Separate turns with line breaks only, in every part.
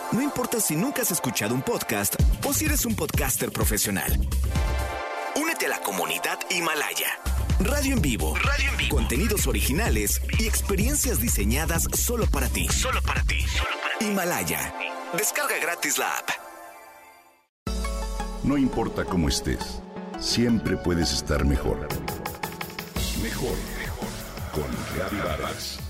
No importa si nunca has escuchado un podcast o si eres un podcaster profesional. Únete a la comunidad Himalaya. Radio en vivo. Contenidos originales y experiencias diseñadas solo para ti. Himalaya. Descarga gratis la app.
No importa cómo estés, siempre puedes estar mejor. Mejor con Gaby Vargas.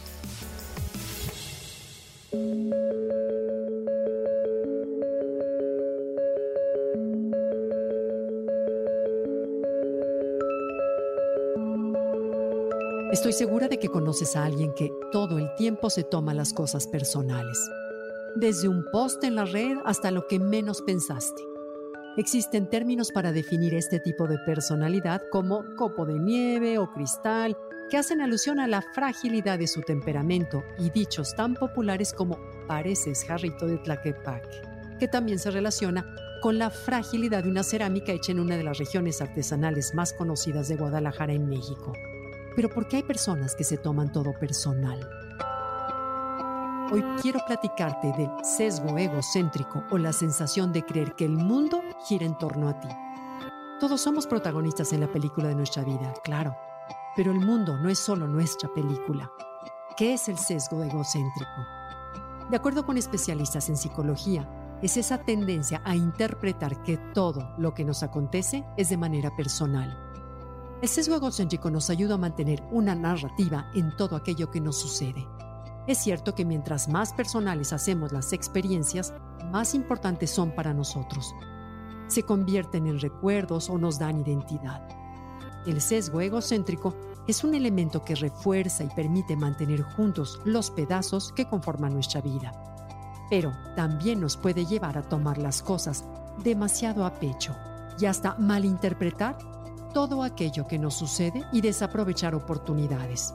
Estoy segura de que conoces a alguien que todo el tiempo se toma las cosas personales. Desde un post en la red hasta lo que menos pensaste. Existen términos para definir este tipo de personalidad como copo de nieve o cristal, que hacen alusión a la fragilidad de su temperamento, y dichos tan populares como pareces jarrito de Tlaquepaque, que también se relaciona con la fragilidad de una cerámica hecha en una de las regiones artesanales más conocidas de Guadalajara, en México. Pero ¿por qué hay personas que se toman todo personal? Hoy quiero platicarte del sesgo egocéntrico, o la sensación de creer que el mundo gira en torno a ti. Todos somos protagonistas en la película de nuestra vida, claro, pero el mundo no es solo nuestra película. ¿Qué es el sesgo egocéntrico? De acuerdo con especialistas en psicología, es esa tendencia a interpretar que todo lo que nos acontece es de manera personal. El sesgo egocéntrico nos ayuda a mantener una narrativa en todo aquello que nos sucede. Es cierto que mientras más personales hacemos las experiencias, más importantes son para nosotros. Se convierten en recuerdos o nos dan identidad. El sesgo egocéntrico es un elemento que refuerza y permite mantener juntos los pedazos que conforman nuestra vida. Pero también nos puede llevar a tomar las cosas demasiado a pecho y hasta malinterpretar todo aquello que nos sucede y desaprovechar oportunidades.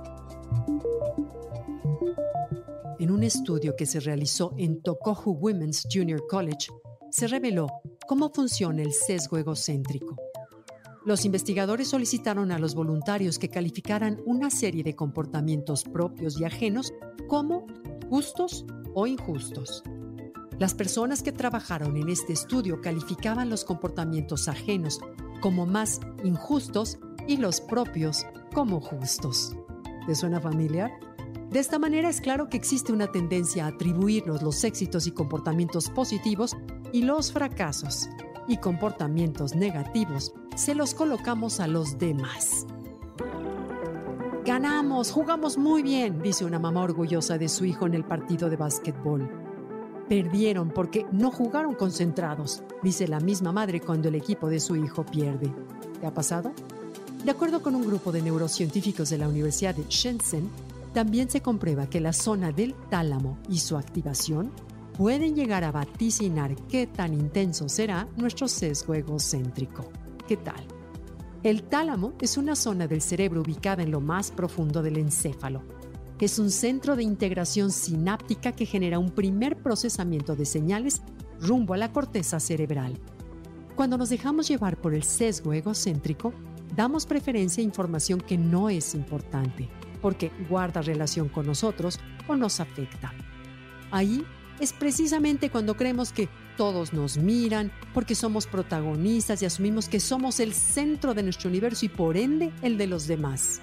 En un estudio que se realizó en Tokohu Women's Junior College, se reveló cómo funciona el sesgo egocéntrico. Los investigadores solicitaron a los voluntarios que calificaran una serie de comportamientos propios y ajenos como justos o injustos. Las personas que trabajaron en este estudio calificaban los comportamientos ajenos como más injustos y los propios como justos. ¿Te suena familiar? De esta manera es claro que existe una tendencia a atribuirnos los éxitos y comportamientos positivos, y los fracasos y comportamientos negativos se los colocamos a los demás. Ganamos, jugamos muy bien, dice una mamá orgullosa de su hijo en el partido de básquetbol. Perdieron porque no jugaron concentrados, dice la misma madre cuando el equipo de su hijo pierde. ¿Te ha pasado? De acuerdo con un grupo de neurocientíficos de la Universidad de Shenzhen, también se comprueba que la zona del tálamo y su activación pueden llegar a vaticinar qué tan intenso será nuestro sesgo egocéntrico. ¿Qué tal? El tálamo es una zona del cerebro ubicada en lo más profundo del encéfalo. Es un centro de integración sináptica que genera un primer procesamiento de señales rumbo a la corteza cerebral. Cuando nos dejamos llevar por el sesgo egocéntrico, damos preferencia a información que no es importante, porque guarda relación con nosotros o nos afecta. Ahí es precisamente cuando creemos que todos nos miran, porque somos protagonistas y asumimos que somos el centro de nuestro universo y por ende el de los demás.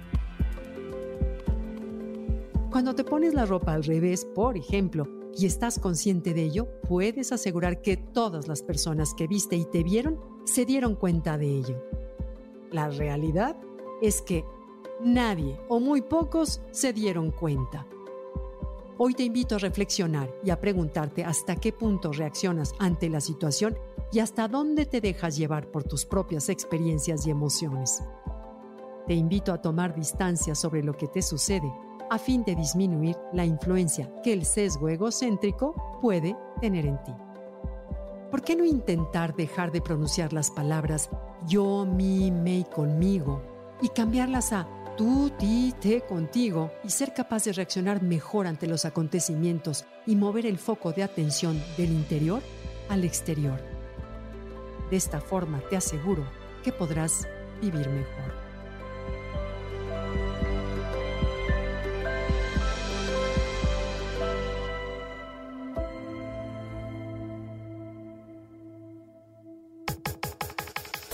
Cuando te pones la ropa al revés, por ejemplo, y estás consciente de ello, puedes asegurar que todas las personas que viste y te vieron se dieron cuenta de ello. La realidad es que nadie o muy pocos se dieron cuenta. Hoy te invito a reflexionar y a preguntarte hasta qué punto reaccionas ante la situación y hasta dónde te dejas llevar por tus propias experiencias y emociones. Te invito a tomar distancia sobre lo que te sucede a fin de disminuir la influencia que el sesgo egocéntrico puede tener en ti. ¿Por qué no intentar dejar de pronunciar las palabras yo, mí, me y conmigo y cambiarlas a tú, ti, te, contigo, y ser capaz de reaccionar mejor ante los acontecimientos y mover el foco de atención del interior al exterior? De esta forma te aseguro que podrás vivir mejor.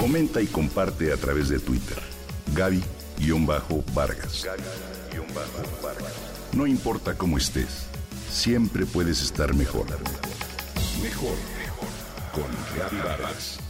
Comenta y comparte a través de Twitter. Gaby-Vargas. No importa cómo estés, siempre puedes estar mejor. Mejor con Gaby Vargas.